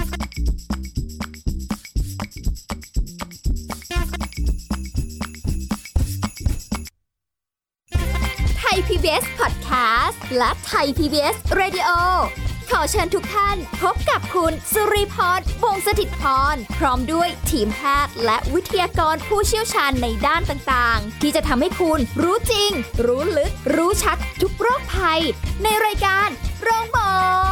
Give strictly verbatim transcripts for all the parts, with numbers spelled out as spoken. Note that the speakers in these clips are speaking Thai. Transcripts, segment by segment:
ไทย พี บี เอส Podcast และ Thai พี บี เอส Radio ขอเชิญทุกท่านพบกับคุณสุริพร วงศ์สถิตพรพร้อมด้วยทีมแพทย์และวิทยากรผู้เชี่ยวชาญในด้านต่างๆที่จะทำให้คุณรู้จริงรู้ลึกรู้ชัดทุกโรคภัยในรายการโรงหมอ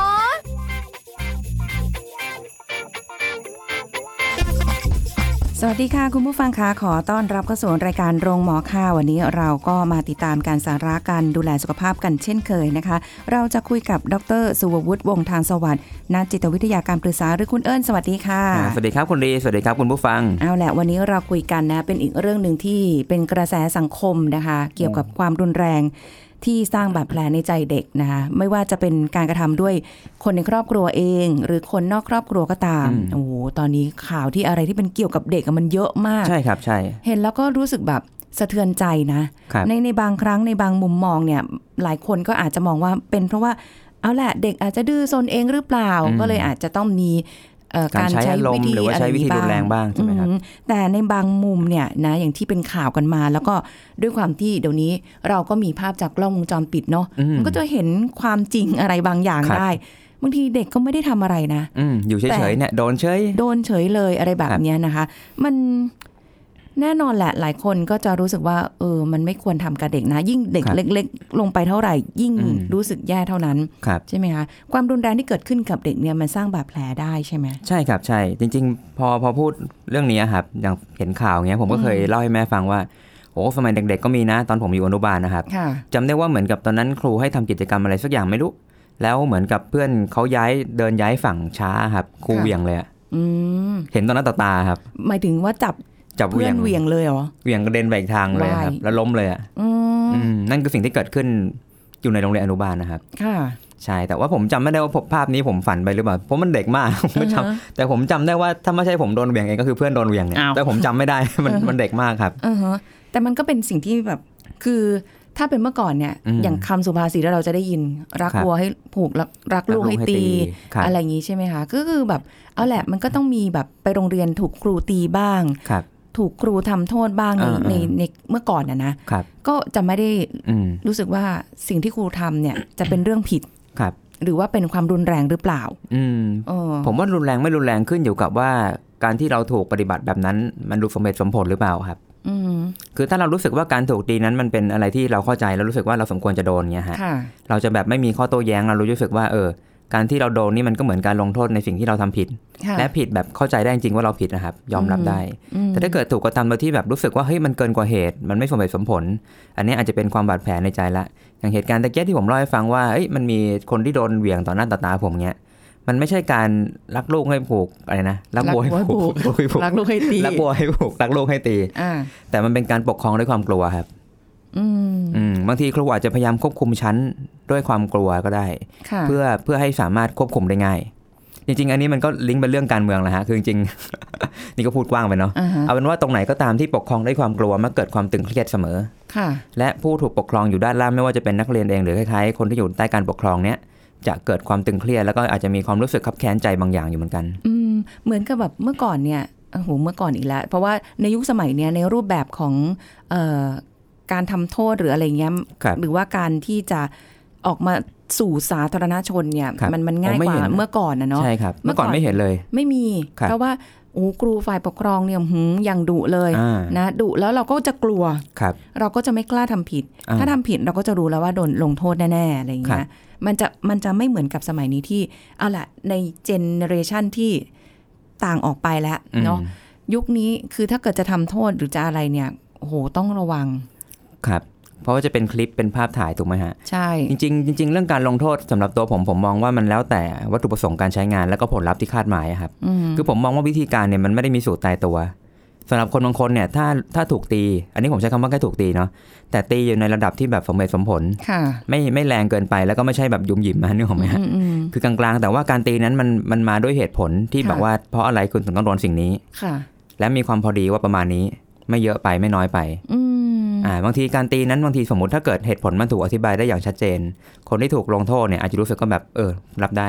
สวัสดีค่ะคุณผู้ฟังคะขอต้อนรับเข้าสู่รายการโรงหมอค่ะวันนี้เราก็มาติดตามการสาระการดูแลสุขภาพกันเช่นเคยนะคะเราจะคุยกับดร.สุวัฒน์วงศ์ทางสวัสดิ์นักจิตวิทยาการปรึกษาหรือคุณเอิญสวัสดีค่ะสวัสดีครับคุณดีสวัสดีครับคุณผู้ฟังเอาแหละวันนี้เราคุยกันนะเป็นอีกเรื่องนึงที่เป็นกระแสสังคมนะคะเกี่ยวกับความรุนแรงที่สร้างบาดแผลในใจเด็กนะคะไม่ว่าจะเป็นการกระทำด้วยคนในครอบครัวเองหรือคนนอกครอบครัวก็ตามโอ้โหตอนนี้ข่าวที่อะไรที่เป็นเกี่ยวกับเด็กมันเยอะมากใช่ครับใช่เห็นแล้วก็รู้สึกแบบสะเทือนใจนะในในบางครั้งในบางมุมมองเนี่ยหลายคนก็อาจจะมองว่าเป็นเพราะว่าเอาแหละเด็กอาจจะดื้อซนเองหรือเปล่าก็เลยอาจจะต้องมีการใช้อารมณ์หรือว่าใช้วิธีรุนแรงบ้างใช่ไหมครับแต่ในบางมุมเนี่ยนะอย่างที่เป็นข่าวกันมาแล้วก็ด้วยความที่เดี๋ยวนี้เราก็มีภาพจากกล้องวงจรปิดเนาะมันก็จะเห็นความจริงอะไรบางอย่างได้บางทีเด็กก็ไม่ได้ทำอะไรนะอยู่เฉยๆเนี่ยโดนเฉยโดนเฉยเลยอะไรแบบนี้นะคะมันแน่นอนแหละหลายคนก็จะรู้สึกว่าเออมันไม่ควรทำกับเด็กนะยิ่งเด็กเล็กๆลงไปเท่าไหร่ยิ่งรู้สึกแย่เท่านั้นใช่ไหมคะความรุนแรงที่เกิดขึ้นกับเด็กเนี่ยมันสร้างบาดแผลได้ใช่ไหมใช่ครับใช่จริงๆพอพอพูดเรื่องนี้ครับอย่างเห็นข่าวเงี้ยผมก็เคยเล่าให้แม่ฟังว่าโอ้สมัยเด็กๆก็มีนะตอนผมอยู่อนุบาลนะครับจำได้ว่าเหมือนกับตอนนั้นครูให้ทำกิจกรรมอะไรสักอย่างไม่รู้แล้วเหมือนกับเพื่อนเขาย้ายเดินย้ายฝั่งช้าครับครูเหวี่ยงเลยเห็นตอนนั้นต่อตาครับหมายถึงว่าจับจับเวียงเวียงเลยเหรอเวียงกระเด็นไปอีกทางเลยครับแล้วล้มเลยอ่ะนั่นคือสิ่งที่เกิดขึ้นอยู่ในโรงเรียนอนุบาลนะครับค่ะใช่แต่ว่าผมจำไม่ได้ว่าภาพนี้ผมฝันไปหรือเปล่าเพราะมันเด็กมากผมจำแต่ผมจำได้ว่าถ้าไม่ใช่ผมโดนเวียงเองก็คือเพื่อนโดนเวียงเนี่ยแต่ผมจำไม่ได้มันมันเด็กมากครับแต่มันก็เป็นสิ่งที่แบบคือถ้าเป็นเมื่อก่อนเนี่ยอย่างคำสุภาษิตเราจะได้ยินรักวัวให้ผูกรักลูกให้ตีอะไรอย่างนี้ใช่ไหมคะก็คือแบบเอาแหละมันก็ต้องมีแบบไปโรงเรียนถูกครูตีบ้างถูกครูทำโทษบ้างในในในเมื่อก่อนนะนะก็จะไม่ได้รู้สึกว่าสิ่งที่ครูทำเนี่ยจะเป็นเรื่องผิดหรือว่าเป็นความรุนแรงหรือเปล่าผมว่ารุนแรงไม่รุนแรงขึ้นอยู่กับว่าการที่เราถูกปฏิบัติแบบนั้นมันดูสมเหตุสมผลหรือเปล่าครับคือถ้าเรารู้สึกว่าการถูกตีนั้นมันเป็นอะไรที่เราเข้าใจแล้วรู้สึกว่าเราสมควรจะโดนเงี้ยฮะเราจะแบบไม่มีข้อโต้แย้งเรารู้สึกว่าเออการที่เราโดนนี่มันก็เหมือนการลงโทษในสิ่งที่เราทำผิดและผิดแบบเข้าใจได้จริงว่าเราผิดนะครับยอมรับได้แต่ถ้าเกิดถูกกระทำโดยที่แบบรู้สึกว่าเฮ้ยมันเกินกว่าเหตุมันไม่สมเหตุสมผลอันนี้อาจจะเป็นความบาดแผลในใจละอย่างเหตุการณ์ตะเกียบที่ผมเล่าให้ฟังว่าเอ้ยมันมีคนที่โดนเหวี่ยงต่อหน้าต่อตาผมเงี้ยมันไม่ใช่การรักลูกให้ผูกอะไรนะรักบัวให้ผูกรักลูกให้ตีรักบัวให้ผูกรักลูกให้ตีแต่มันเป็นการปกครองด้วยความกลัวครับบางทีครูอาจจะพยายามควบคุมชั้นด้วยความกลัวก็ได้เพื่อเพื่อให้สามารถควบคุมได้ง่ายจริงๆอันนี้มันก็ลิงก์เป็นเรื่องการเมืองแหละฮะคือจริงๆ นี่ก็พูดกว้างไปเนาะ uh-huh. เอาเป็นว่าตรงไหนก็ตามที่ปกครองด้วยความกลัวมักเกิดความตึงเครียดเสมอและผู้ถูกปกครองอยู่ด้านล่างไม่ว่าจะเป็นนักเรียนเองหรือคล้ายๆคนที่อยู่ใต้การปกครองเนี้ยจะเกิดความตึงเครียดแล้วก็อาจจะมีความรู้สึกคับแค้นใจบางอย่างอยู่เหมือนกันอืมเหมือนกับแบบเมื่อก่อนเนี่ยโอ้โหเมื่อก่อนอีกแล้วเพราะว่าในยุคสมัยเนี้ยในรูปแบบของเอ่อการทำโทษหรืออะไรเงี้ยหรือว่าการที่จะออกมาสู่สาธารณชนเนี่ยมันมันง่ายกว่าเมื่อก่อนนะเนาะใช่ครับเมื่อก่อนไม่เห็นเลยไม่มีเพราะว่าโอ้ครูฝ่ายปกครองเนี่ยหืมยังดุเลยนะดุแล้วเราก็จะกลัวเราก็จะไม่กล้าทำผิดถ้าทำผิดเราก็จะรู้แล้วว่าโดนลงโทษแน่ๆอะไรอย่างเงี้ยมันจะมันจะไม่เหมือนกับสมัยนี้ที่เอาล่ะในเจเนอเรชันที่ต่างออกไปแล้วเนาะยุคนี้คือถ้าเกิดจะทำโทษหรือจะอะไรเนี่ยโอ้โหต้องระวังครับเพราะว่าจะเป็นคลิปเป็นภาพถ่ายถูกไหมฮะใช่จริงๆจริงๆเรื่องการลงโทษสำหรับตัวผมผมมองว่ามันแล้วแต่วัตถุประสงค์การใช้งานแล้วก็ผลลัพธ์ที่คาดหมายครับคือผมมองว่าวิธีการเนี่ยมันไม่ได้มีสูตรตายตัวสำหรับคนบางคนเนี่ยถ้าถ้าถูกตีอันนี้ผมใช้คำว่าแค่ถูกตีเนาะแต่ตีอยู่ในระดับที่แบบสมเหตุสมผลไม่ไม่แรงเกินไปแล้วก็ไม่ใช่แบบยุ่มหยิมมาเนี่ยหรอไหมฮะคือกลางๆแต่ว่าการตีนั้นมันมันมาด้วยเหตุผลที่แบบว่าเพราะอะไรคุณถึงต้องโดนสิ่งนี้และมีความพอดีว่าประมาณนี้ไม่เยอะไปไม่น้อยไปอ่าบางทีการตีนั้นบางทีสมมติถ้าเกิดเหตุผลมันถูกอธิบายได้อย่างชัดเจนคนที่ถูกลงโทษเนี่ยอาจจะรู้สึกก็แบบเออรับได้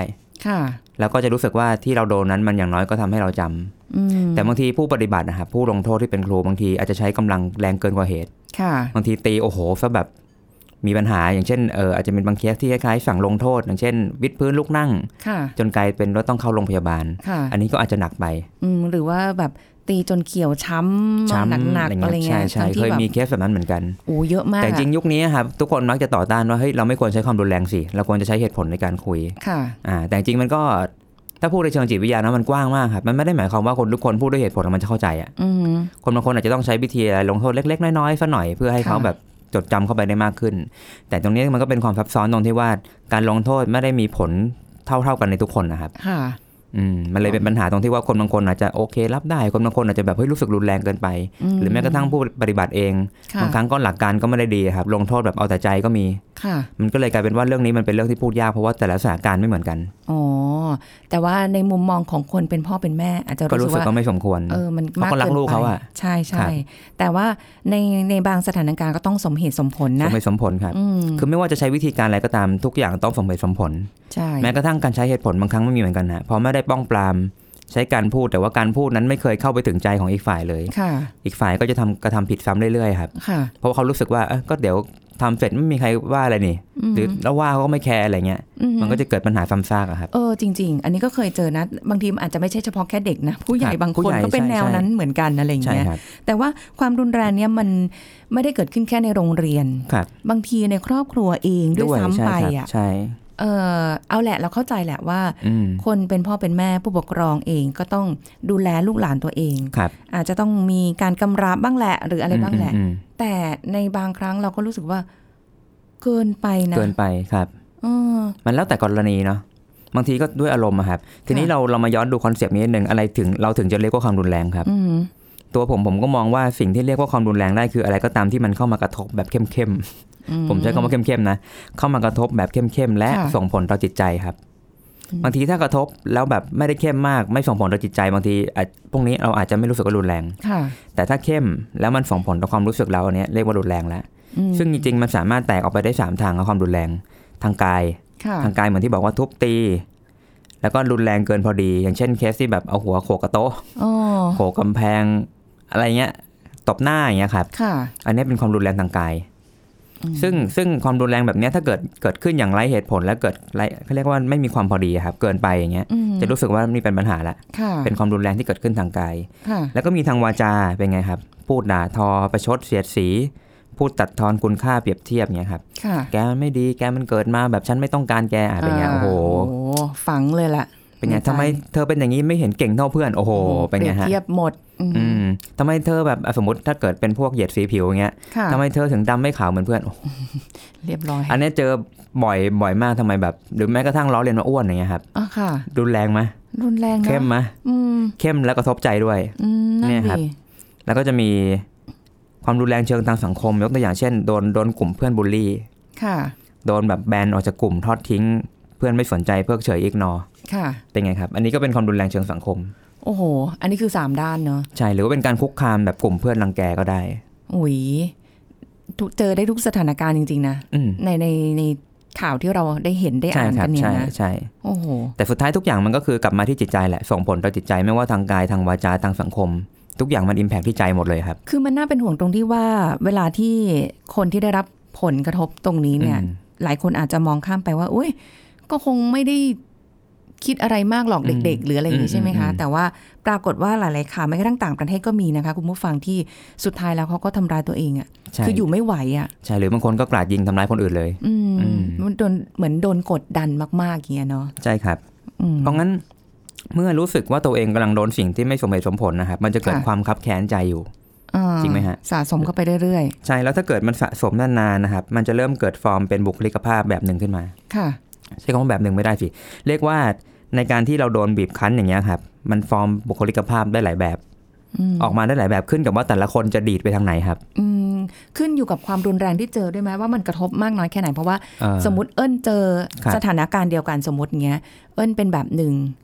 แล้วก็จะรู้สึกว่าที่เราโดนนั้นมันอย่างน้อยก็ทำให้เราจำแต่บางทีผู้ปฏิบัตินะครับผู้ลงโทษที่เป็นครูบางทีอาจจะใช้กำลังแรงเกินกว่าเหตุบางทีตีโอ้โหซะแบบมีปัญหาอย่างเช่นเอออาจจะเป็นบางเคสที่คล้ายๆสั่งลงโทษอย่างเช่นวิดพื้นลุกนั่งจนกลายเป็นว่าต้องเข้าโรงพยาบาลอันนี้ก็อาจจะหนักไปหรือว่าแบบตีจนเขียวช้ำหนักๆอะไรเงี้ยใช่ๆเคยมีเคสแบบนั้นเหมือนกันโอ้เยอะมากแต่จริงยุคนี้ครับทุกคนมักจะต่อต้านว่าเฮ้ยเราไม่ควรใช้ความรุนแรงสิเราควรจะใช้เหตุผลในการคุยค่ะอ่าแต่จริงมันก็ถ้าพูดในเชิงจิตวิทยานะมันกว้างมากครับมันไม่ได้หมายความว่าคนทุกคนพูดด้วยเหตุผลแล้วมันจะเข้าใจอ่ะคนบางคนอาจจะต้องใช้วิธีลงโทษเล็กๆน้อยๆซะหน่อยเพื่อให้เขาแบบจดจำเข้าไปได้มากขึ้นแต่ตรงนี้มันก็เป็นความซับซ้อนตรงที่ว่าการลงโทษไม่ได้มีผลเท่าๆกันในทุกคนนะครับอืมมันเลยเป็นปัญหาตรงที่ว่าคนบางคนอาจจะโอเครับได้คนบางคนอาจจะแบบเฮ้ยรู้สึกรุนแรงเกินไปหรือแม้กระทั่งผู้ปฏิบัติเองบางครั้งก็หลักการก็ไม่ได้ดีครับลงโทษแบบเอาแต่ใจก็มีมันก็เลยกลายเป็นว่าเรื่องนี้มันเป็นเรื่องที่พูดยากเพราะว่าแต่ละสถานการณ์ไม่เหมือนกันอ๋อแต่ว่าในมุมมองของคนเป็นพ่อเป็นแม่อาจจะรู้สึกว่าไม่สมควรเออมันมากเกินไปใช่ใช่แต่ว่าในในบางสถานการณ์ก็ต้องสมเหตุสมผลนะสมเหตุสมผลครับคือไม่ว่าจะใช้วิธีการอะไรก็ตามทุกอย่างต้องสมเหตุสมผลแม้กระทั่งการใช้เหตุผลบางครั้งไม่มีเหมือนกันนะเพราะไม่ได้ป้องปรามใช้การพูดแต่ว่าการพูดนั้นไม่เคยเข้าไปถึงใจของอีกฝ่ายเลยอีกฝ่ายก็จะทำกระทำผิดซ้ำเรื่อยๆครับเพราะเขารู้สึกว่าเออก็เดี๋ยวทำเสร็จไม่มีใครว่าอะไรนี่หรือแล้วว่าเขาก็ไม่แคร์อะไรเงี้ยมันก็จะเกิดปัญหาซ้ำซากครับเออจริงๆอันนี้ก็เคยเจอนะบางทีมันอาจจะไม่ใช่เฉพาะแค่เด็กนะผู้ใหญ่บางคนก็เป็นแนวนั้นเหมือนกันอะไรเงี้ยแต่ว่าความรุนแรงเนี้ยมันไม่ได้เกิดขึ้นแค่ในโรงเรียนบางทีในครอบครัวเองด้วยซ้ำไปอ่ะเออเอาแหละเราเข้าใจแหละว่าคนเป็นพ่อเป็นแม่ผู้ปกครองเองก็ต้องดูแลลูกหลานตัวเองอาจจะต้องมีการกำราบบ้างแหละหรืออะไรบ้างแหละแต่ในบางครั้งเราก็รู้สึกว่าเกินไปนะเกินไปครับมันแล้วแต่กรณีเนาะบางทีก็ด้วยอารมณ์ครับทีนี้เราเรามาย้อนดูคอนเซปต์นี้นิดนึงอะไรถึงเราถึงจะเรียกว่าความรุนแรงครับตัวผมผมก็มองว่าสิ่งที่เรียกว่าความรุนแรงได้คืออะไรก็ตามที่มันเข้ามากระทบแบบเข้มๆผมใช้คำว่าเข้มๆนะเข้ามากระทบแบบเข้มๆและส่งผลต่อจิตใจครับบางทีถ้ากระทบแล้วแบบไม่ได้เข้มมากไม่ส่งผลต่อจิตใจบางทีพวกนี้เราอาจจะไม่รู้สึกว่ารุนแรงแต่ถ้าเข้มแล้วมันส่งผลต่อความรู้สึกเราอันนี้เรียกว่ารุนแรงแล้วซึ่งจริงๆมันสามารถแตกออกไปได้สามทางของความรุนแรงทางกายทางกายเหมือนที่บอกว่าทุบตีแล้วก็รุนแรงเกินพอดีอย่างเช่นเคสที่แบบเอาหัวโขกกระโต๊ะโขกกำแพงอะไรเงี้ยตบหน้าอย่างเงี้ยครับอันนี้เป็นความรุนแรงทางกายซึ่งซึ่งความรุนแรงแบบนี้ถ้าเกิดเกิดขึ้นอย่างไร้เหตุผลและเกิดไรเขาเรียกว่าไม่มีความพอดีครับเกินไปอย่างเงี้ยจะรู้สึกว่านี่เป็นปัญหาละเป็นความรุนแรงที่เกิดขึ้นทางกายแล้วก็มีทางวาจาเป็นไงครับพูดด่าทอประชดเสียดสีพูดตัดทอนคุณค่าเปรียบเทียบเงี้ยครับแกมันไม่ดีแกมันเกิดมาแบบฉันไม่ต้องการแกอ่ะเป็นไงโอ้โหฝังเลยล่ะเป็นไงทำไมเธอเป็นอย่างนี้ไม่เห็นเก่งเท่าเพื่อนโอ้โหเป็นไงฮะเปรียบเทียบหมดอืมทำไมเธอแบบสมมติถ้าเกิดเป็นพวกเหยียดสีผิวอย่างเงี้ยทำไมเธอถึงดำไม่ขาวเหมือนเพื่อนเรียบร้อยอันนี้เจอบ่อยบ่อยมากทำไมแบบหรือแม้กระทั่งล้อเลียนว่าอ้วนอย่างเงี้ยครับอ๋อค่ะรุนแรงไหมรุนแรงเข้มไหมเข้มแล้วกระทบใจด้วยเนี่ยครับแล้วก็จะมีความรุนแรงเชิงทางสังคมยกตัวอย่างเช่นโดนโดนกลุ่มเพื่อนบูลลี่ค่ะโดนแบบแบนออกจากกลุ่มทอดทิ้งเพื่อนไม่สนใจเพิกเฉยอิกนอค่ะเป็นไงครับอันนี้ก็เป็นความรุนแรงเชิงสังคมโอ้โหอันนี้คือสามด้านเนาะใช่หรือว่าเป็นการคุกคามแบบกลุ่มเพื่อนรังแกก็ได้อุ้ยเจอได้ทุกสถานการณ์จริงๆนะในในในข่าวที่เราได้เห็นได้อ่านกันเนี่ยนะใช่โอ้โหแต่สุดท้ายทุกอย่างมันก็คือกลับมาที่จิตใจแหละส่งผลต่อจิตใจไม่ว่าทางกายทางวาจาทางสังคมทุกอย่างมันอิมแพคที่ใจหมดเลยครับคือมันน่าเป็นห่วงตรงที่ว่าเวลาที่คนที่ได้รับผลกระทบตรงนี้เนี่ยหลายคนอาจจะมองข้ามไปว่าอุ้ยก็คงไม่ได้คิดอะไรมากหรอกเด็กๆหรืออะไรอย่างนี้ใช่ไหมคะแต่ว่าปรากฏว่าหลายๆข่าวแม้กระทั่งต่างประเทศก็มีนะคะคุณผู้ฟังที่สุดท้ายแล้วเขาก็ทำร้ายตัวเองอ่ะคืออยู่ไม่ไหวอ่ะใช่หรือบางคนก็กราดยิงทำร้ายคนอื่นเลยอืมมันโดนเหมือนโดนกดดันมากๆอย่างเงี้ยเนาะใช่ครับเพราะงั้นเมื่อรู้สึกว่าตัวเองกำลังโดนสิ่งที่ไม่สมเหตุสมผลนะครับมันจะเกิดความคับแค้นใจอยู่จริงไหมฮะสะสมเข้าไปเรื่อยๆใช่แล้วถ้าเกิดมันสะสมนานๆนะครับมันจะเริ่มเกิดฟอร์มเป็นบุคลิกภาพแบบหนึ่งขึ้นมาค่ะใช้คำว่าแบบหนึ่งไม่ได้สิเรียกว่าในการที่เราโดนบีบคั้นอย่างเงี้ยครับมันฟอร์มบุคลิกภาพได้หลายแบบออกมาได้หลายแบบขึ้นกับว่าแต่ละคนจะดีดไปทางไหนครับขึ้นอยู่กับความรุนแรงที่เจอด้วยไหมว่ามันกระทบมากน้อยแค่ไหนเพราะว่าสมมติเอิ้นเจอสถานการณ์เดียวกันสมมติเงี้ยเอิ้นเป็นแบบหนึ่ง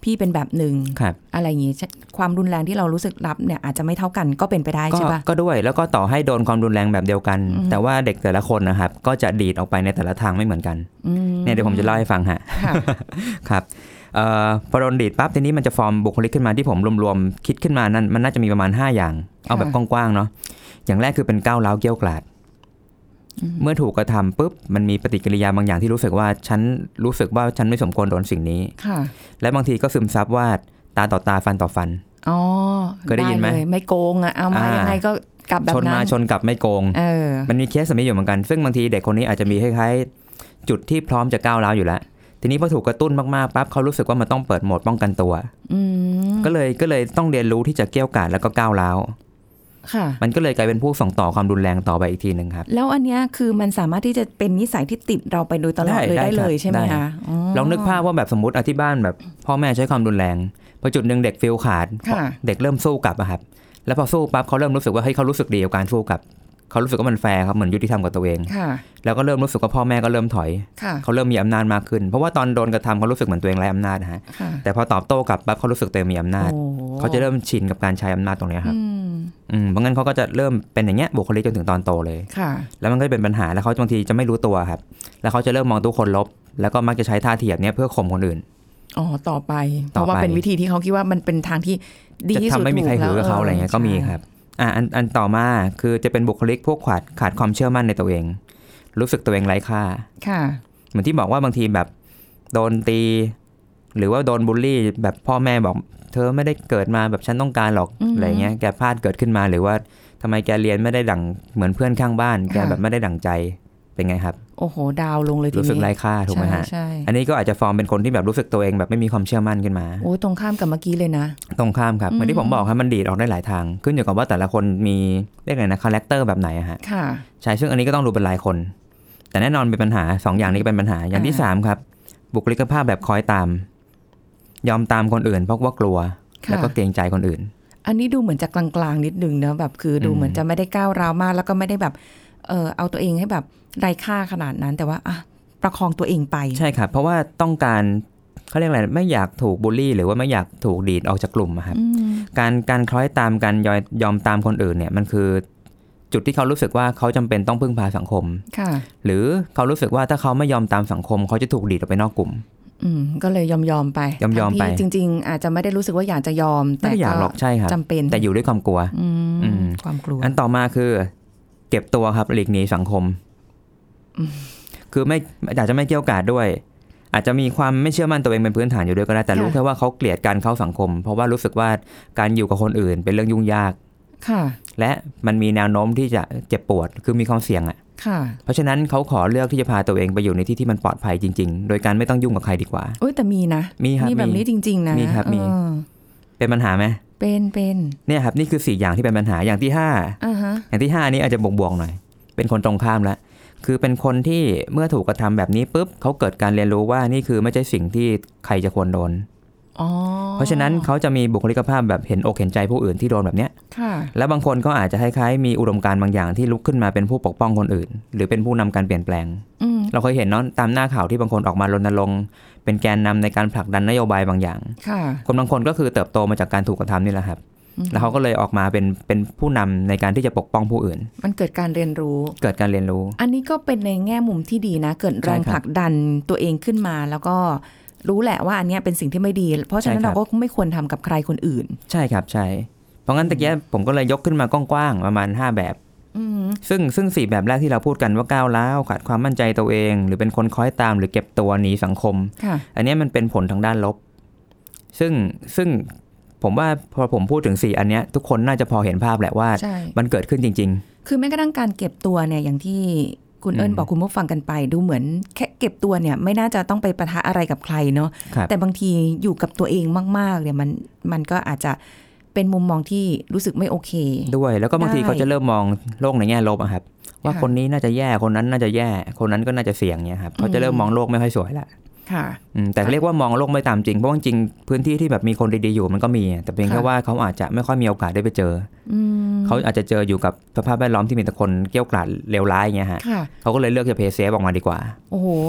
พี่เป็นแบบหนึ่งครับอะไรอย่างงี้ความรุนแรงที่เรารู้สึกรับเนี่ยอาจจะไม่เท่ากันก็เป็นไปได้ใช่ปะก็ด้วยแล้วก็ต่อให้โดนความรุนแรงแบบเดียวกันแต่ว่าเด็กแต่ละคนนะครับก็จะดีดออกไปในแต่ละทางไม่เหมือนกันเนี่ยเดี๋ยวผมจะเล่าให้ฟังฮะครับเอ่อพอโดนดีดปั๊บทีนี้มันจะฟอร์มบุคลิกขึ้นมาที่ผมรวมๆคิดขึ้นมานั้นมันน่าจะมีประมาณห้าอย่างเอาแบบกว้างๆเนาะอย่างแรกคือเป็นก้าวร้าวเกี้ยวกราดเมื่อถูกกระทำปุ๊บมันมีปฏิกิริยาบางอย่างที่รู้สึกว่าฉันรู้สึกว่าฉันไม่สมควรโดนสิ่งนี้และบางทีก็ซึมซับว่าตาต่อตาฟันต่อฟันอ๋อเคยได้ยินไหมไม่โกงอ่ะเอามายังไงก็กลับแบบนั้นชนมาชนกลับไม่โกงมันมีเคสแบบนี้อยู่เหมือนกันซึ่งบางทีเด็กคนนี้อาจจะมีคล้ายๆจุดที่พร้อมจะก้าวร้าวอยู่แล้วทีนี้พอถูกกระตุ้นมากๆปั๊บเขารู้สึกว่ามันต้องเปิดโหมดป้องกันตัวก็เลยก็เลยต้องเรียนรู้ที่จะเกี้ยวกาดแล้วก็ก้าวร้าวมันก็เลยกลายเป็นผู้ส่งต่อความรุนแรงต่อไปอีกทีนึงครับแล้วอันนี้คือมันสามารถที่จะเป็นนิสัยที่ติดเราไปโดยตลอดเลยได้เลยใช่ไหมคะลองนึกภาพว่าแบบสมมติที่บ้านแบบพ่อแม่ใช้ความรุนแรงพอจุดหนึ่งเด็กฟีลขาดเด็กเริ่มสู้กลับอะครับแล้วพอสู้ปั๊บเขาเริ่มรู้สึกว่าเฮ้ยเขารู้สึกดีกับการสู้กลับเขารู้สึกว่ามันแฟร์ครับเหมือนยุติธรรมกับตัวเองแล้วก็เริ่มรู้สึกว่าพ่อแม่ก็เริ่มถอยเขาเริ่มมีอำนาจมากขึ้นเพราะว่าตอนโดนกระทำเขารู้สึกเหมือนตัวเองไร้อำนาจนะฮะแต่พอตอบโต้กลับปั๊บเขารู้สึกตัวเองมีอำนาจเขาจะเริ่มชินกับการใช้อำนาจตรงนี้ครับอืมเพราะงั้นเขาก็จะเริ่มเป็นอย่างเงี้ยบุคลิกจนถึงตอนโตเลยแล้วมันก็เป็นปัญหาแล้วเขาบางทีจะไม่รู้ตัวครับแล้วเขาจะเริ่มมองทุกคนลบแล้วก็มักจะใช้ท่าทีแบบนี้เพื่อข่มคนอื่นอ๋อต่อไปเพราะว่าเป็นวิธีที่เขาคิดว่ามันเป็นทางที่ดีที่สุดจะทำไม่มีใครหือกับเขาอะไรเงี้ยก็มีครับอ่ะอันอันต่อมาคือจะเป็นบุคลิกพวกขาดขาดความเชื่อมั่นในตัวเองรู้สึกตัวเองไร้ค่าค่ะเหมือนที่บอกว่าบางทีแบบโดนตีหรือว่าโดนบูลลี่แบบพ่อแม่บอกเธอไม่ได้เกิดมาแบบฉันต้องการหรอกอะไรเงี้ยแกพลาดเกิดขึ้นมาหรือว่าทำไมแกเรียนไม่ได้ดั่งเหมือนเพื่อนข้างบ้านแกแบบไม่ได้ดั่งใจเป็นไงครับโอ้โหดาวลงเลยทีนี้รู้สึกไร้ค่าถูกไหมฮะอันนี้ก็อาจจะฟอร์มเป็นคนที่แบบรู้สึกตัวเองแบบไม่มีความเชื่อมั่นขึ้นมาโอ้ตรงข้ามกับเมื่อกี้เลยนะตรงข้ามครับเหมือนที่ผมบอกครับมันดีดออกได้หลายทางขึ้นอยู่กับว่าแต่ละคนมีเรียกไงนะคาแรคเตอร์แบบไหนอะฮะค่ะใช่ซึ่งอันนี้ก็ต้องดูเป็นรายคนแต่แน่นอนเป็นปัญหาสองอย่างนี้ก็เป็นปัญหาอย่างที่สามครับบุคลิกภาพแบบคอยตามยอมตามคนอื่นเพราะว่ากลัวแล้วก็เกรงใจคนอื่นอันนี้ดูเหมือนจะกลางๆนิดนึงนะแบบคือดูเหมือนจะไม่ได้ก้าวร้าวมากแล้วก็ไม่ได้แบบเออเอาตัวเองให้แบบไร้ค่าขนาดนั้นแต่ว่าอ่ะประคองตัวเองไปใช่ครับเพราะว่าต้องการเขาเรียกอะไรไม่อยากถูกบูลลี่หรือว่าไม่อยากถูกดีดออกจากกลุ่มครับการการคล้อยตามการยอมยอมตามคนอื่นเนี่ยมันคือจุดที่เขารู้สึกว่าเขาจำเป็นต้องพึ่งพาสังคมหรือเขารู้สึกว่าถ้าเขาไม่ยอมตามสังคมเขาจะถูกดีดออกไปนอกกลุ่มอืมก็เลยยอมยอมไปยอมยอมไปจริงๆอาจจะไม่ได้รู้สึกว่าอยากจะยอมแต่ก็อยากหรอกใช่ครับจำเป็นแต่อยู่ด้วยความกลัวความกลัวอันต่อมาคือเก็บตัวครับหลีกหนีสังคมคือไม่อาจจะไม่เกี่ยวกาดด้วยอาจจะมีความไม่เชื่อมั่นตัวเองเป็นพื้นฐานอยู่ด้วยก็ได้แต่รู้แค่ว่าเขาเกลียดการเข้าสังคมเพราะว่ารู้สึกว่าการอยู่กับคนอื่นเป็นเรื่องยุ่งยากและมันมีแนวโน้มที่จะเจ็บปวดคือมีความเสี่ยงอ่ะเพราะฉะนั้นเขาขอเลือกที่จะพาตัวเองไปอยู่ในที่ที่มันปลอดภัยจริงๆโดยการไม่ต้องยุ่งกับใครดีกว่าโอ้ยแต่มีนะมีครับมีแบบนี้จริงๆนะมีครับมีเป็นปัญหาไหมเป็นเป็นเนี่ยครับนี่คือสี่อย่างที่เป็นปัญหาอย่างที่ห้า uh-huh. อย่างที่ห้านี้อาจจะบวกๆหน่อยเป็นคนตรงข้ามแล้วคือเป็นคนที่เมื่อถูกกระทำแบบนี้ปุ๊บเขาเกิดการเรียนรู้ว่านี่คือไม่ใช่สิ่งที่ใครจะควรโดนเพราะฉะนั้นเขาจะมีบุคลิกภาพแบบเห็นอกเห็นใจผู้อื่นที่โดนแบบเนี้ยแล้วบางคนก็อาจจะคล้ายๆมีอุดมการณ์บางอย่างที่ลุกขึ้นมาเป็นผู้ปกป้องคนอื่นหรือเป็นผู้นำการเปลี่ยนแปลงเราเคยเห็นเนาะตามหน้าข่าวที่บางคนออกมารณรงค์เป็นแกนนำในการผลักดันนโยบายบางอย่างคนบางคนก็คือเติบโตมาจากการถูกกระทำนี่แหละครับแล้วเขาก็เลยออกมาเป็นเป็นผู้นำในการที่จะปกป้องผู้อื่นมันเกิดการเรียนรู้เกิดการเรียนรู้อันนี้ก็เป็นในแง่มุมที่ดีนะเกิดแรงผลักดันตัวเองขึ้นมาแล้วก็รู้แหละว่าอันนี้เป็นสิ่งที่ไม่ดีเพราะฉะนั้นเราก็ไม่ควรทำกับใครคนอื่นใช่ครับใช่เพราะงั้นตะเกียบผมก็เลยยกขึ้นมากว้างๆประมาณห้าแบบซึ่งซึ่งสี่แบบแรกที่เราพูดกันว่าก้าวร้าวขาดความมั่นใจตัวเองหรือเป็นคนคอยตามหรือเก็บตัวหนีสังคมอันนี้มันเป็นผลทางด้านลบซึ่งซึ่งผมว่าพอผมพูดถึงสี่อันเนี้ยทุกคนน่าจะพอเห็นภาพแหละว่ามันเกิดขึ้นจริงๆคือแม้กระทั่งการเก็บตัวเนี่ยอย่างที่คุณเอิญบอกคุณผู้ฟังกันไปดูเหมือนแค่เก็บตัวเนี่ยไม่น่าจะต้องไปปะทะอะไรกับใครเนาะแต่บางทีอยู่กับตัวเองมากๆเนี่ยมันมันก็อาจจะเป็นมุมมองที่รู้สึกไม่โอเคด้วยแล้วก็บางทีเขาจะเริ่มมองโลกในแง่ลบอะครับว่าคนนี้น่าจะแย่คนนั้นน่าจะแย่คนนั้นก็น่าจะเสี่ยงเนี่ยครับเขาจะเริ่มมองโลกไม่ค่อยสวยละแต่เรียกว่ามองโลกไม่ตามจริงเพราะว่าจริงพื้นที่ที่แบบมีคนดีๆอยู่มันก็มีแต่เพียงแค่ว่าเขาอาจจะไม่ค่อยมีโอกาสได้ไปเจอเขาอาจจะเจออยู่กับสภาพแวดล้อมที่มีแต่คนเกี้ยวกราดเลวร้ายอย่างเงี้ยฮะเขาก็เลยเลือกจะเพย์เซฟออกมาดีกว่าโอ้โห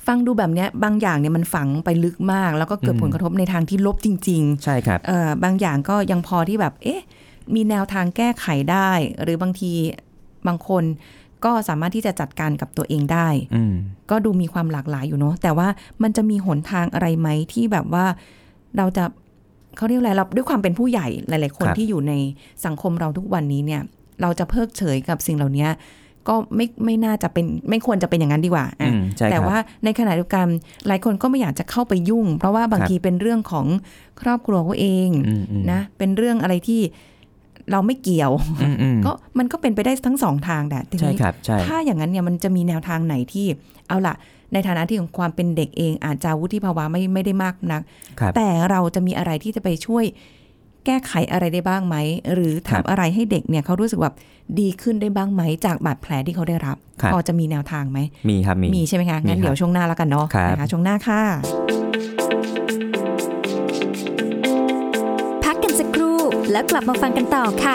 ฟังดูแบบเนี้ยบางอย่างเนี่ยมันฝังไปลึกมากแล้วก็เกิดผลกระทบในทางที่ลบจริงๆใช่ครับเอ่อบางอย่างก็ยังพอที่แบบเอ๊ะมีแนวทางแก้ไขได้หรือบางทีบางคนก็สามารถที่จะจัดการกับตัวเองได้ก็ดูมีความหลากหลายอยู่เนาะแต่ว่ามันจะมีหนทางอะไรไหมที่แบบว่าเราจะเขาเรียกอะไรเราด้วยความเป็นผู้ใหญ่หลายๆคนที่อยู่ในสังคมเราทุกวันนี้เนี่ยเราจะเพิกเฉยกับสิ่งเหล่านี้ก็ไม่ไม่น่าจะเป็นไม่ควรจะเป็นอย่างนั้นดีกว่าแต่ว่าในขณะเดียวกันหลายคนก็ไม่อยากจะเข้าไปยุ่งเพราะว่าบางทีเป็นเรื่องของครอบครัวเขาเองนะเป็นเรื่องอะไรที่เราไม่เกี่ยวก็มันก็เป็นไปได้ทั้งสองทางแต่ทีนี้ถ้าอย่างนั้นเนี่ยมันจะมีแนวทางไหนที่เอาล่ะในฐานะที่ของความเป็นเด็กเองอาจจะวุฒิภาวะไม่ไม่ได้มากนักแต่เราจะมีอะไรที่จะไปช่วยแก้ไขอะไรได้บ้างไหมหรือทำอะไรให้เด็กเนี่ยเขารู้สึกแบบดีขึ้นได้บ้างไหมจากบาดแผลที่เขาได้รับพอจะมีแนวทางไหมมีครับมีมีใช่ไหมคะงั้นเดี๋ยวช่วงหน้าแล้วกันเนาะนะคะช่วงหน้าค่ะพักกันสักครู่แล้วกลับมาฟังกันต่อค่ะ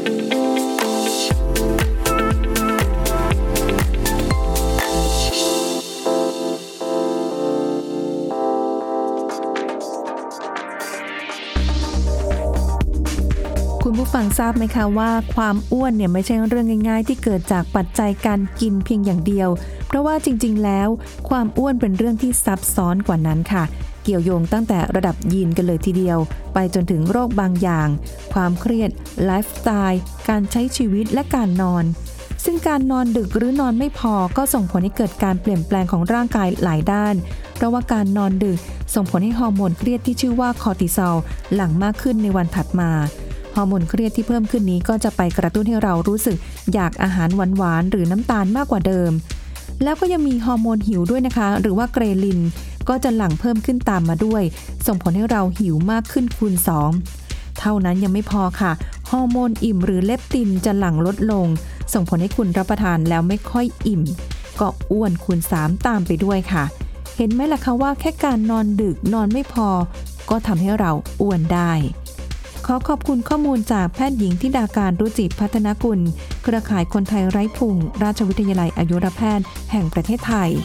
คุณผู้ฟังทราบไหมคะว่าความอ้วนเนี่ยไม่ใช่เรื่องง่ายๆที่เกิดจากปัจจัยการกินเพียงอย่างเดียวเพราะว่าจริงๆแล้วความอ้วนเป็นเรื่องที่ซับซ้อนกว่านั้นค่ะเกี่ยวโยงตั้งแต่ระดับยีนกันเลยทีเดียวไปจนถึงโรคบางอย่างความเครียดไลฟ์สไตล์การใช้ชีวิตและการนอนซึ่งการนอนดึกหรือนอนไม่พอก็ส่งผลให้เกิดการเปลี่ยนแปลงของร่างกายหลายด้านเพราะว่าการนอนดึกส่งผลให้ฮอร์โมนเครียดที่ชื่อว่าคอร์ติซอลหลั่งมากขึ้นในวันถัดมาฮอร์โมนเครียดที่เพิ่มขึ้นนี้ก็จะไปกระตุ้นให้เรารู้สึกอยากอาหารหวานๆหรือน้ำตาลมากกว่าเดิมแล้วก็ยังมีฮอร์โมนหิวด้วยนะคะหรือว่าเกรลินก็จะหลั่งเพิ่มขึ้นตามมาด้วยส่งผลให้เราหิวมากขึ้นคูณสองเท่านั้นยังไม่พอค่ะฮอร์โมนอิ่มหรือเลปตินจะหลั่งลดลงส่งผลให้คุณรับประทานแล้วไม่ค่อยอิ่มก็อ้วนคูณสามตามไปด้วยค่ะเห็นไหมล่ะคะว่าแค่การนอนดึกนอนไม่พอก็ทำให้เราอ้วนได้ขอขอบคุณข้อมูลจากแพทย์หญิงธิดาการรุจิพัฒนกุลเครือข่ายคนไทยไร้พุงราชวิทยาลัยอายุรแพทย์แห่งประเทศไทย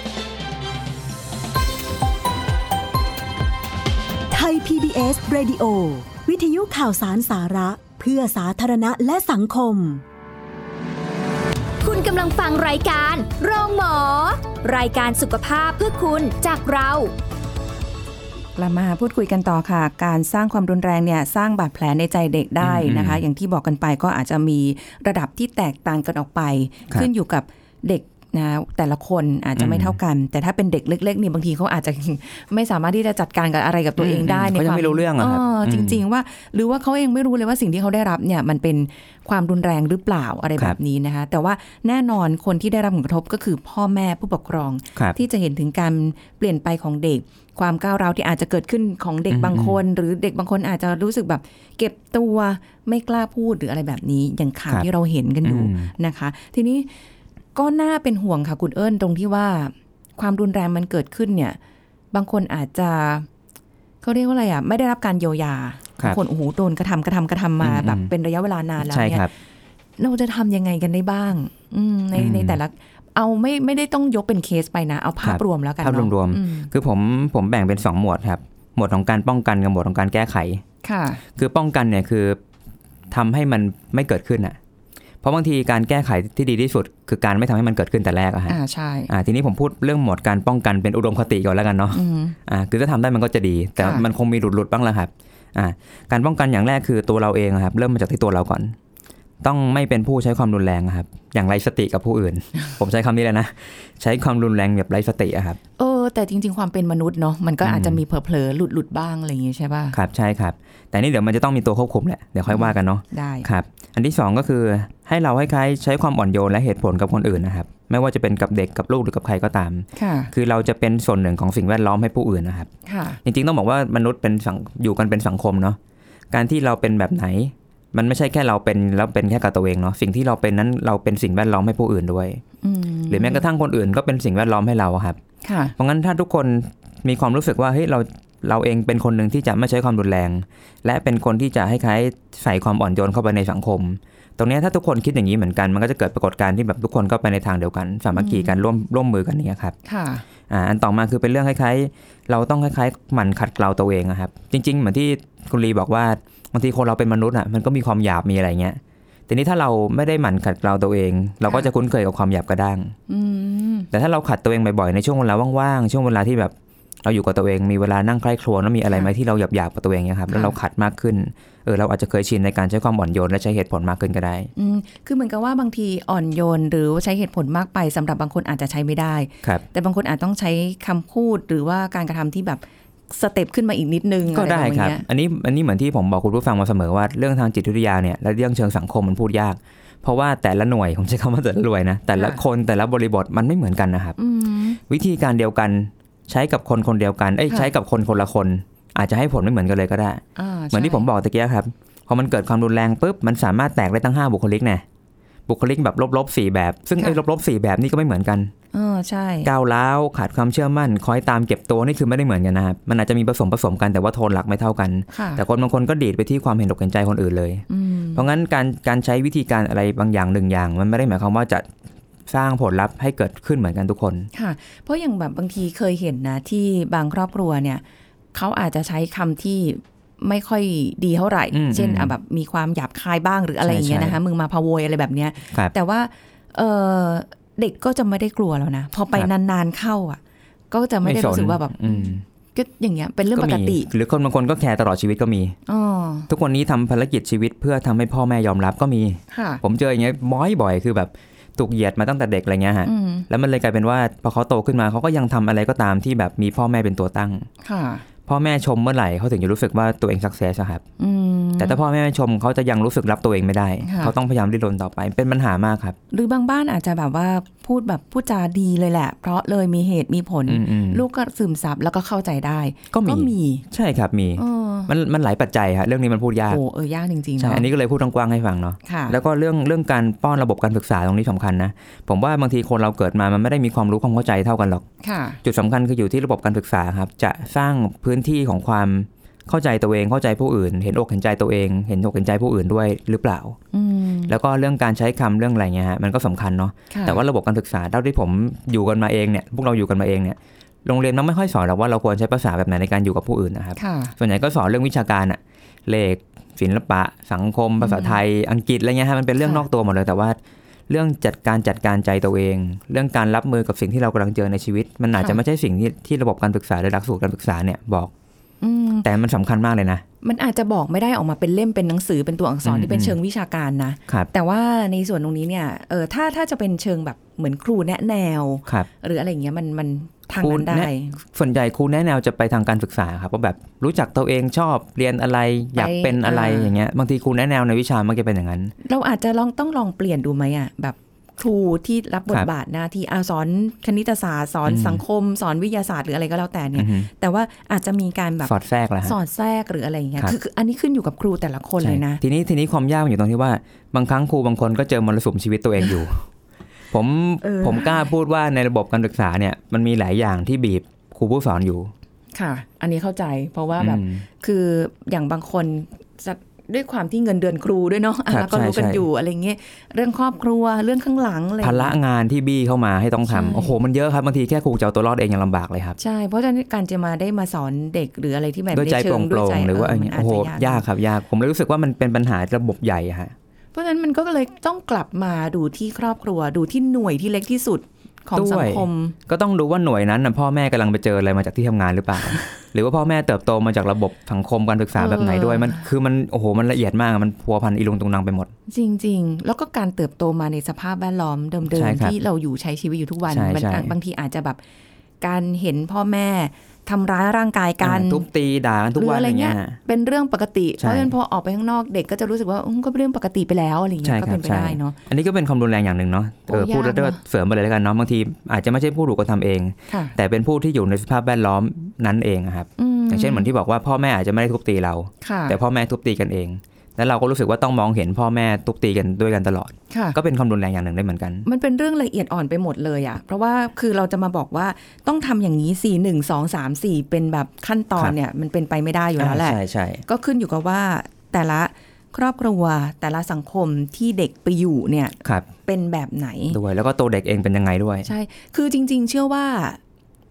ไทย พี บี เอส Radio วิทยุข่าวสารสาระเพื่อสาธารณะและสังคมคุณกำลังฟังรายการโรงหมอรายการสุขภาพเพื่อคุณจากเรากลับมาพูดคุยกันต่อค่ะการสร้างความรุนแรงเนี่ยสร้างบาดแผลในใจเด็กได้นะคะอย่างที่บอกกันไปก็อาจจะมีระดับที่แตกต่างกันออกไปขึ้นอยู่กับเด็กนะแต่ละคนอาจจะไม่เท่ากันแต่ถ้าเป็นเด็กเล็กๆนี่บางทีเขาอาจจะไม่สามารถที่จะจัดการกับอะไรกับตัวเองได้ในความไม่รู้เรื่องอะครับจริงๆว่าหรือว่าเขาเองไม่รู้เลยว่าสิ่งที่เขาได้รับเนี่ยมันเป็นความรุนแรงหรือเปล่าอะไรแบบนี้นะคะแต่ว่าแน่นอนคนที่ได้รับผลกระทบก็คือพ่อแม่ผู้ปกครองที่จะเห็นถึงการเปลี่ยนไปของเด็กความก้าวร้าวที่อาจจะเกิดขึ้นของเด็กบางคนหรือเด็กบางคนอาจจะรู้สึกแบบเก็บตัวไม่กล้าพูดหรืออะไรแบบนี้อย่างข่าวที่เราเห็นกันอยู่นะคะทีนี้ก็น่าเป็นห่วงค่ะคุณเอิญตรงที่ว่าความรุนแรงมันเกิดขึ้นเนี่ยบางคนอาจจะเขาเรียกว่าอะไรอ่ะไม่ได้รับการเยียวยาบางคนโอ้โหโดนกระทำกระทำกระทำมาแบบเป็นระยะเวลานานแล้วเนี่ยเราจะทำยังไงกันได้บ้างในในแต่ละเอาไม่ไม่ได้ต้องยกเป็นเคสไปนะเอาภาพรวมแล้วกันภาพรวมๆคือผมผมแบ่งเป็นสองหมวดครับหมวดของการป้องกันกับหมวดของการแก้ไขค่ะคือป้องกันเนี่ยคือทำให้มันไม่เกิดขึ้นอ่ะเพราะบางทีการแก้ไขที่ดีที่สุดคือการไม่ทำให้มันเกิดขึ้นแต่แรกอะฮะอ่าใช่อ่าทีนี้ผมพูดเรื่องหมวดการป้องกันเป็นอุดมคติก่อนแล้วกันเนาะอ่าคือถ้าทำได้มันก็จะดีแต่มันคงมีหลุดๆบ้างแหละครับอ่าการป้องกันอย่างแรกคือตัวเราเองครับเริ่มมาจากที่ตัวเราก่อนต้องไม่เป็นผู้ใช้ความรุนแรงครับอย่างไร้สติกับผู้อื่น ผมใช้คำนี้เลยนะใช้ความรุนแรงแบบไร้สติอะครับเออแต่จริงๆความเป็นมนุษย์เนาะมันก็อาจจะมีเผลอๆหลุดๆบ้างอะไรอย่างงี้ใช่ป่ะครับใช่ครับแต่นี่เดี๋ยวมันจะต้องมีตัวควบคุมแหละเดี๋ยวค่อยว่ากันเนาะได้ครับอันที่สองก็คือให้เราคล้ายๆใช้ความอ่อนโยนและเหตุผลกับคนอื่นนะครับไม่ว่าจะเป็นกับเด็กกับลูกหรือกับใครก็ตามคือเราจะเป็นส่วนหนึ่งของสิ่งแวดล้อมให้ผู้อื่นนะครับจริงๆต้องบอกว่ามนุษย์เป็นอยู่กันเป็นสังคมเนาะการที่เราเป็นแบบไหนมันไม่ใช่แค่เราเป็นแล้วเป็นแค่กับตัวเองเนาะสิ่งที่เราเป็นนั้นเราเป็นสิ่งแวดล้อมให้ผู้อื่นด้วยหรือแม้กระทั่งคนอื่นก็เป็นสิ่งแวดล้อมให้เราครับเพราะงั้นถ้าทุกคนมีความรู้สึกว่าเฮ้ยเราเราเองเป็นคนหนึ่งที่จะไม่ใช้ความรุนแรงและเป็นคนที่จะให้คล้ายใส่ความอ่อนโยนเข้าไปในสังคมตรงนี้ถ้าทุกคนคิดอย่างนี้เหมือนกันมันก็จะเกิดปรากฏการณ์ที่แบบทุกคนก็ไปในทางเดียวกันสามัคคีกันร่วมร่วมมือกันนี่ครับอ่าอันต่อมาคือเป็นเรื่องคล้ายๆเราต้องคล้ายๆหมั่นขัดเกลาตัวเองนะครับจริงๆเหมือนที่คุณลีบอกว่าบางทีคนเราเป็นมนุษย์อ่ะมันก็มีความหยาบมีอะไรเงี้ยทีนี้ถ้าเราไม่ได้หมั่นขัดเกลาตัวเองเราก็จะคุ้นเคยกับความหยาบกระด้างแต่ถ้าเราขัดตัวเองบ่อยๆในช่วงเวลาว่างๆช่วงเวลาที่แบบเราอยู่กับตัวเองมีเวลานั่งใกล้ครัวแล้วมีอะไรไหมที่เราหยาบๆกับตัวเองนะครับแล้วเราขัดมากขึ้นเออเราอาจจะเคยชินในการใช้ความอ่อนโยนและใช้เหตุผลมากขึ้นก็ได้อืมคือเหมือนกับว่าบางทีอ่อนโยนหรือใช้เหตุผลมากไปสำหรับบางคนอาจจะใช้ไม่ได้แต่บางคนอาจต้องใช้คำพูดหรือว่าการกระทำที่แบบสเต็ปขึ้นมาอีกนิดนึงก็ได้ครับอันนี้อันนี้เหมือนที่ผมบอกคุณผู้ฟังมาเสมอว่าเรื่องทางจิตวิทยาเนี่ยและเรื่องเชิงสังคมมันพูดยากเพราะว่าแต่ละหน่วยผมใช้คำว่าแต่ละหน่วยนะแต่ละคนแต่ละบริบทมันไม่เหมือนกันนะครับวิธีการเดียวกันใช้กับคนคนเดียวกันเอ้ยใช้กับคนคนละคนอาจจะให้ผลไม่เหมือนกันเลยก็ได้เหมือนที่ผมบอกตะกี้ครับพอมันเกิดความรุนแรงปุ๊บมันสามารถแตกได้ตั้งห้าบุคลิกไงบุคลิกแบบลบๆสี่แบบซึ่งไอ้ลบๆสี่แบบนี่ก็ไม่เหมือนกันอ๋อใช่ก้าวร้าวขาดความเชื่อมั่นคอยตามเก็บตัวนี่คือไม่ได้เหมือนกันนะครับมันอาจจะมีผสมผสมกันแต่ว่าโทนหลักไม่เท่ากันแต่คนบางคนก็ดีดไปที่ความเห็นอกเห็นใจคนอื่นเลยเพราะงั้นการการใช้วิธีการอะไรบางอย่างหนึ่งอย่างมันไม่ได้หมายความว่าจะสร้างผลลัพธ์ให้เกิดขึ้นเหมือนกันทุกคนค่ะเพราะอย่างแบบบางทีเคยเห็นนะที่บางครอบครัวเนี่ยเขาอาจจะใช้คำที่ไม่ค่อยดีเท่าไหร่เช่นแบบมีความหยาบคายบ้างหรืออะไรอย่างเงี้ยนะคะมึงมาพะโวยอะไรแบบเนี้ยแต่ว่าเเด็กก็จะไม่ได้กลัวแล้วนะพอไปนานๆเข้าอ่ะก็จะไม่ได้รู้สึกว่าแบบก็อย่างเงี้ยเป็นเรื่องปกติหรือคนบางคนก็แคร์ตลอดชีวิตก็มีทุกวันนี้ทำภารกิจชีวิตเพื่อทำให้พ่อแม่ยอมรับก็มีผมเจออย่างเงี้ยบ่อยๆคือแบบถูกเหยียดมาตั้งแต่เด็กอะไรเงี้ยฮะแล้วมันเลยกลายเป็นว่าพอเขาโตขึ้นมาเขาก็ยังทำอะไรก็ตามที่แบบมีพ่อแม่เป็นตัวตั้งพ่อแม่ชมเมื่อไหร่เขาถึงจะรู้สึกว่าตัวเองสักเซสครับแต่ถ้าพ่อแม่ไม่ชมเขาจะยังรู้สึกรับตัวเองไม่ได้เขาต้องพยายามดิ้นรนต่อไปเป็นปัญหามากครับหรือบางบ้านอาจจะแบบว่าพูดแบบพูดจาดีเลยแหละเพราะเลยมีเหตุมีผลลูกก็ซึมซับแล้วก็เข้าใจได้ก็มีใช่ครับมีมันมันหลายปัจจัยครับเรื่องนี้มันพูดยากโอ้เออยากจริงๆใช่อันนี้ก็เลยพูดกว้างๆให้ฟังเนาะแล้วก็เรื่องเรื่องการป้อนระบบการศึกษาตรงนี้สำคัญนะผมว่าบางทีคนเราเกิดมามันไม่ได้มีความรู้ความเข้าใจเท่ากันหรอกจุดสำคัญคืออยู่ที่ระบบการศึกษาครับจะสร้างพื้นที่ของความเข้าใจตัวเองเข้าใจผู้อื่นเห็นอกเห็นใจตัวเองเห็นอกเห็นใจผู้อื่นด้วยหรือเปล่าแล้วก็เรื่องการใช้คำเรื่องอะไรเงี้ยฮะมันก็สำคัญเนาะแต่ว่าระบบการศึกษาเท่าที่ผมอยู่กันมาเองเนี่ยพวกเราอยู่กันมาเองเนี่ยโรงเรียนมันไม่ค่อยสอนหรอกว่าเราควรใช้ภาษาแบบไหนในการอยู่กับผู้อื่นนะครับส่วนใหญ่ก็สอนเรื่องวิชาการอะเลขศิลปะสังคมภาษาไทยอังกฤษอะไรเงี้ยฮะมันเป็นเรื่องนอกตัวหมดเลยแต่ว่าเรื่องจัดการจัดการใจตัวเองเรื่องการรับมือกับสิ่งที่เรากำลังเจอในชีวิตมันอาจจะไม่ใช่สิ่งที่ที่ระบบการศึกษาหรือหลักสูตรการศึกษาเนี่ยบอกแต่มันสำคัญมากเลยนะมันอาจจะบอกไม่ได้ออกมาเป็นเล่มเป็นหนังสือเป็นตัวอักษรที่เป็นเชิงวิชาการนะแต่ว่าในส่วนตรงนี้เนี่ยเออถ้าถ้าจะเป็นเชิงแบบเหมือนครูแนะแนวหรืออะไรอย่างเงี้ยมันมันทางนั้นได้ส่วนใหญ่ครูแนะแนวจะไปทางการศึกษาครับว่าแบบรู้จักตัวเองชอบเรียนอะไรอยากเป็นอะไรอย่างเงี้ยบางทีครูแนะแนวในวิชามันจะเป็นอย่างนั้นเราอาจจะลองต้องลองเปลี่ยนดูไหมอ่ะแบบครูที่รับบทบาทหน้าที่สอนคณิตศาสตร์สอนสังคมสอนวิทยาศาสตร์หรืออะไรก็แล้วแต่เนี่ยแต่ว่าอาจจะมีการแบบสอดแทรกแล้วสอดแทรกหรืออะไรอย่างเงี้ยคืออันนี้ขึ้นอยู่กับครูแต่ละคนเลยนะทีนี้ทีนี้ความยากอยู่ตรงที่ว่าบางครั้งครูบางคนก็เจอมรสุมชีวิตตัวเองอยู่ ผมผมกล้าพูดว่าในระบบการศึกษาเนี่ยมันมีหลายอย่างที่บีบครูผู้สอนอยู่ค่ะอันนี้เข้าใจเพราะว่าแบบคืออย่างบางคนจะด้วยความที่เงินเดือนครูด้วยเนาะแล้วก็รู้กันอยู่อะไรเงี้ยเรื่องครอบครัวเรื่องข้างหลังอะไรภาระงานที่บี้เข้ามาให้ต้องทำโอ้โหมันเยอะครับบางทีแค่ครูจะเอาตัวรอดเองยังลำบากเลยครับใช่เพราะฉะนั้นการจะมาได้มาสอนเด็กหรืออะไรที่แบบด้วยใจโปร่งโปร่งหรือว่าอะไรเงี้ยโอ้โหยากครับยากผมเลยรู้สึกว่ามันเป็นปัญหาระบบใหญ่ฮะเพราะฉะนั้นมันก็เลยต้องกลับมาดูที่ครอบครัวดูที่หน่วยที่เล็กที่สุดของสังคมก็ต้องดูว่าหน่วยนั้นนะพ่อแม่กำลังไปเจออะไรมาจากที่ทำงานหรือเปล่า หรือว่าพ่อแม่เติบโตมาจากระบบสังคมการศึกษาแบบไหนด้วยมันคือมันโอ้โหมันละเอียดมากมันพัวพันอีลุงตุงนางไปหมดจริงๆแล้วก็การเติบโตมาในสภาพแวดล้อมเดิมๆที่เราอยู่ใช้ชีวิตอยู่ทุกวันมันบางทีอาจจะแบบการเห็นพ่อแม่ทำร้ายร่างกายกันทุบตีด่ากันทุกวันอะไรเงี้ยเป็นเรื่องปกติเพราะฉะนั้นพอออกไปข้างนอกเด็กก็จะรู้สึกว่าก็เป็นเรื่องปกติไปแล้วอะไรเงี้ยก็เป็นไปได้เนาะอันนี้ก็เป็นความรุนแรงอย่างหนึ่งเนาะเออพูดแล้วก็เสริมไปเลยแล้วกันเนาะบางทีอาจจะไม่ใช่ผู้ถูกกระทำเองแต่เป็นผู้ที่อยู่ในสภาพแวดล้อมนั้นเองครับอย่างเช่นเหมือนที่บอกว่าพ่อแม่อาจจะไม่ได้ทุบตีเราแต่พ่อแม่ทุบตีกันเองแล้วเราก็รู้สึกว่าต้องมองเห็นพ่อแม่ทุบตีกันด้วยกันตลอดก็เป็นความรุนแรงอย่างหนึ่งได้เหมือนกันมันเป็นเรื่องละเอียดอ่อนไปหมดเลยอ่ะเพราะว่าคือเราจะมาบอกว่าต้องทำอย่างนี้สี่ หนึ่ง สอง สาม สี่เป็นแบบขั้นตอนเนี่ยมันเป็นไปไม่ได้อยู่แล้วแหละใช่ก็ขึ้นอยู่กับว่าแต่ละครอบครัวแต่ละสังคมที่เด็กไปอยู่เนี่ยเป็นแบบไหนด้วยแล้วก็ตัวเด็กเองเป็นยังไงด้วยใช่คือจริงๆเชื่อว่า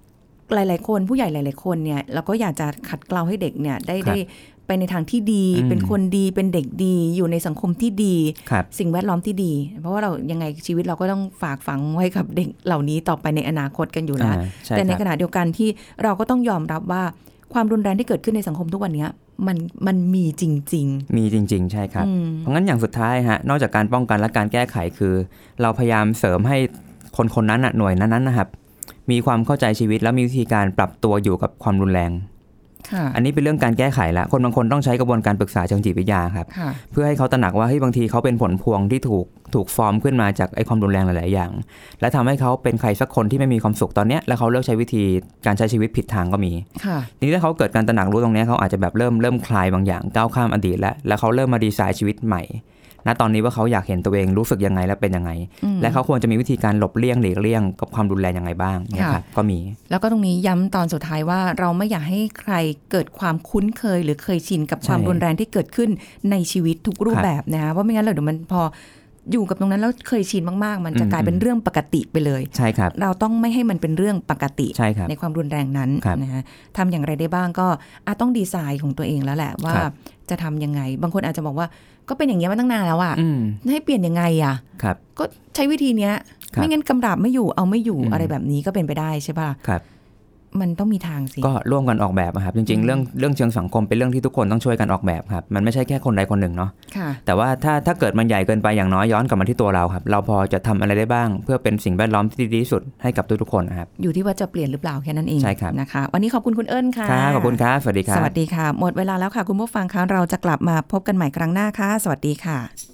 หลายๆคนผู้ใหญ่หลายๆคนเนี่ยเราก็อยากจะขัดเกลาให้เด็กเนี่ยได้ได้ไปในทางที่ดีเป็นคนดีเป็นเด็กดีอยู่ในสังคมที่ดีสิ่งแวดล้อมที่ดีเพราะว่าเรายังไงชีวิตเราก็ต้องฝากฝังไว้กับเด็กเหล่านี้ต่อไปในอนาคตกันอยู่แล้วแต่ในขณะเดียวกันที่เราก็ต้องยอมรับว่าความรุนแรงที่เกิดขึ้นในสังคมทุกวันนี้มันมันมีจริงๆมีจริงๆใช่ครับเพราะงั้นอย่างสุดท้ายฮะนอกจากการป้องกันและการแก้ไขคือเราพยายามเสริมให้คนคนนั้นหน่วยนั้นนะครับมีความเข้าใจชีวิตแล้วมีวิธีการปรับตัวอยู่กับความรุนแรงอันนี้เป็นเรื่องการแก้ไขละคนบางคนต้องใช้กระบวนการปรึกษาเชิงจิตวิทยาครับเพื่อให้เขาตระหนักว่าเฮ้ยบางทีเขาเป็นผลพวงที่ถูกถูกฟอร์มขึ้นมาจากไอ้ความรุนแรงหลายๆอย่างและทำให้เขาเป็นใครสักคนที่ไม่มีความสุขตอนเนี้ยแล้วเขาเลือกใช้วิธีการใช้ชีวิตผิดทางก็มีทีนี้ถ้าเขาเกิดการตระหนักรู้ตรงนี้เขาอาจจะแบบเริ่มเริ่มคลายบางอย่างก้าวข้ามอดีตแล้วแล้วเขาเริ่มมาดีไซน์ชีวิตใหม่ณตอนนี้ว่าเขาอยากเห็นตัวเองรู้สึกยังไงและเป็นยังไงและเขาควรจะมีวิธีการหลบเลี่ยงหลีกเลี่ยงกับความรุนแรงยังไงบ้างเนี่ยครับก็มีแล้วก็ตรงนี้ย้ำตอนสุดท้ายว่าเราไม่อยากให้ใครเกิดความคุ้นเคยหรือเคยชินกับความรุนแรงที่เกิดขึ้นในชีวิตทุกรูปแบบนะคะเพราะไม่งั้นเดี๋ยวมันพออยู่กับตรงนั้นแล้วเคยชินมากๆมันจะกลายเป็นเรื่องปกติไปเลยใช่ครับเราต้องไม่ให้มันเป็นเรื่องปกติใ, ในความรุนแรงนั้นนะฮะทำอย่างไรได้บ้างก็อาจต้องดีไซน์ของตัวเองแล้วแหละว่าจะทำยังไงบางคนอาจจะบอกว่าก็เป็นอย่างนี้มาตั้งนานแล้วอ่ะให้เปลี่ยนยังไงอ่ะก็ใช้วิธีเนี้ยไม่งั้นกำราบไม่อยู่เอาไม่อยู่อะไรแบบนี้ก็เป็นไปได้ใช่ป่ะมันต้องมีทางสิก็ร่วมกันออกแบบครับจริงๆเรื่องเรื่องเชิงสังคมเป็นเรื่องที่ทุกคนต้องช่วยกันออกแบบครับมันไม่ใช่แค่คนใดคนหนึ่งเนาะแต่ว่าถ้าถ้าเกิดมันใหญ่เกินไปอย่างน้อยย้อนกลับมาที่ตัวเราครับเราพอจะทำอะไรได้บ้างเพื่อเป็นสิ่งแวดล้อมที่ดีที่สุดให้กับทุกๆคนครับอยู่ที่ว่าจะเปลี่ยนหรือเปล่าแค่นั้นเองใช่ครับนะคะวันนี้ขอบคุณคุณเอิญค่ะขอบคุณครับสวัสดีครับสวัสดีค่ะหมดเวลาแล้วค่ะคุณผู้ฟังคะเราจะกลับมาพบกันใหม่ครั้งหน้าค่ะสวัสดีค่ะ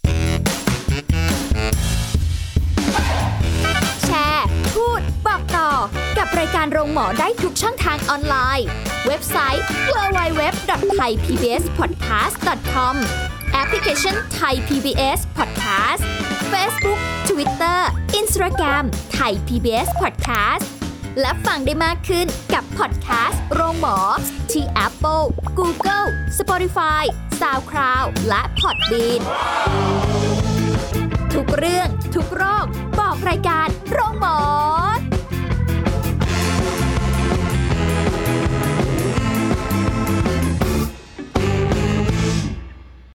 พูดบอกต่อกับรายการโรงหมอได้ทุกช่องทางออนไลน์เว็บไซต์ ดับเบิลยู ดับเบิลยู ดับเบิลยู ดอท ไทย พี บี เอส พอดแคสต์ ดอท คอม แอปพลิเคชัน Thai พี บี เอส Podcast Facebook Twitter Instagram Thai พี บี เอส Podcast และฟังได้มากขึ้นกับพอดแคสต์โรงหมอที่ Apple, Google, Spotify, SoundCloud และ Podbean ทุกเรื่องทุกโรคบอกรายการโรง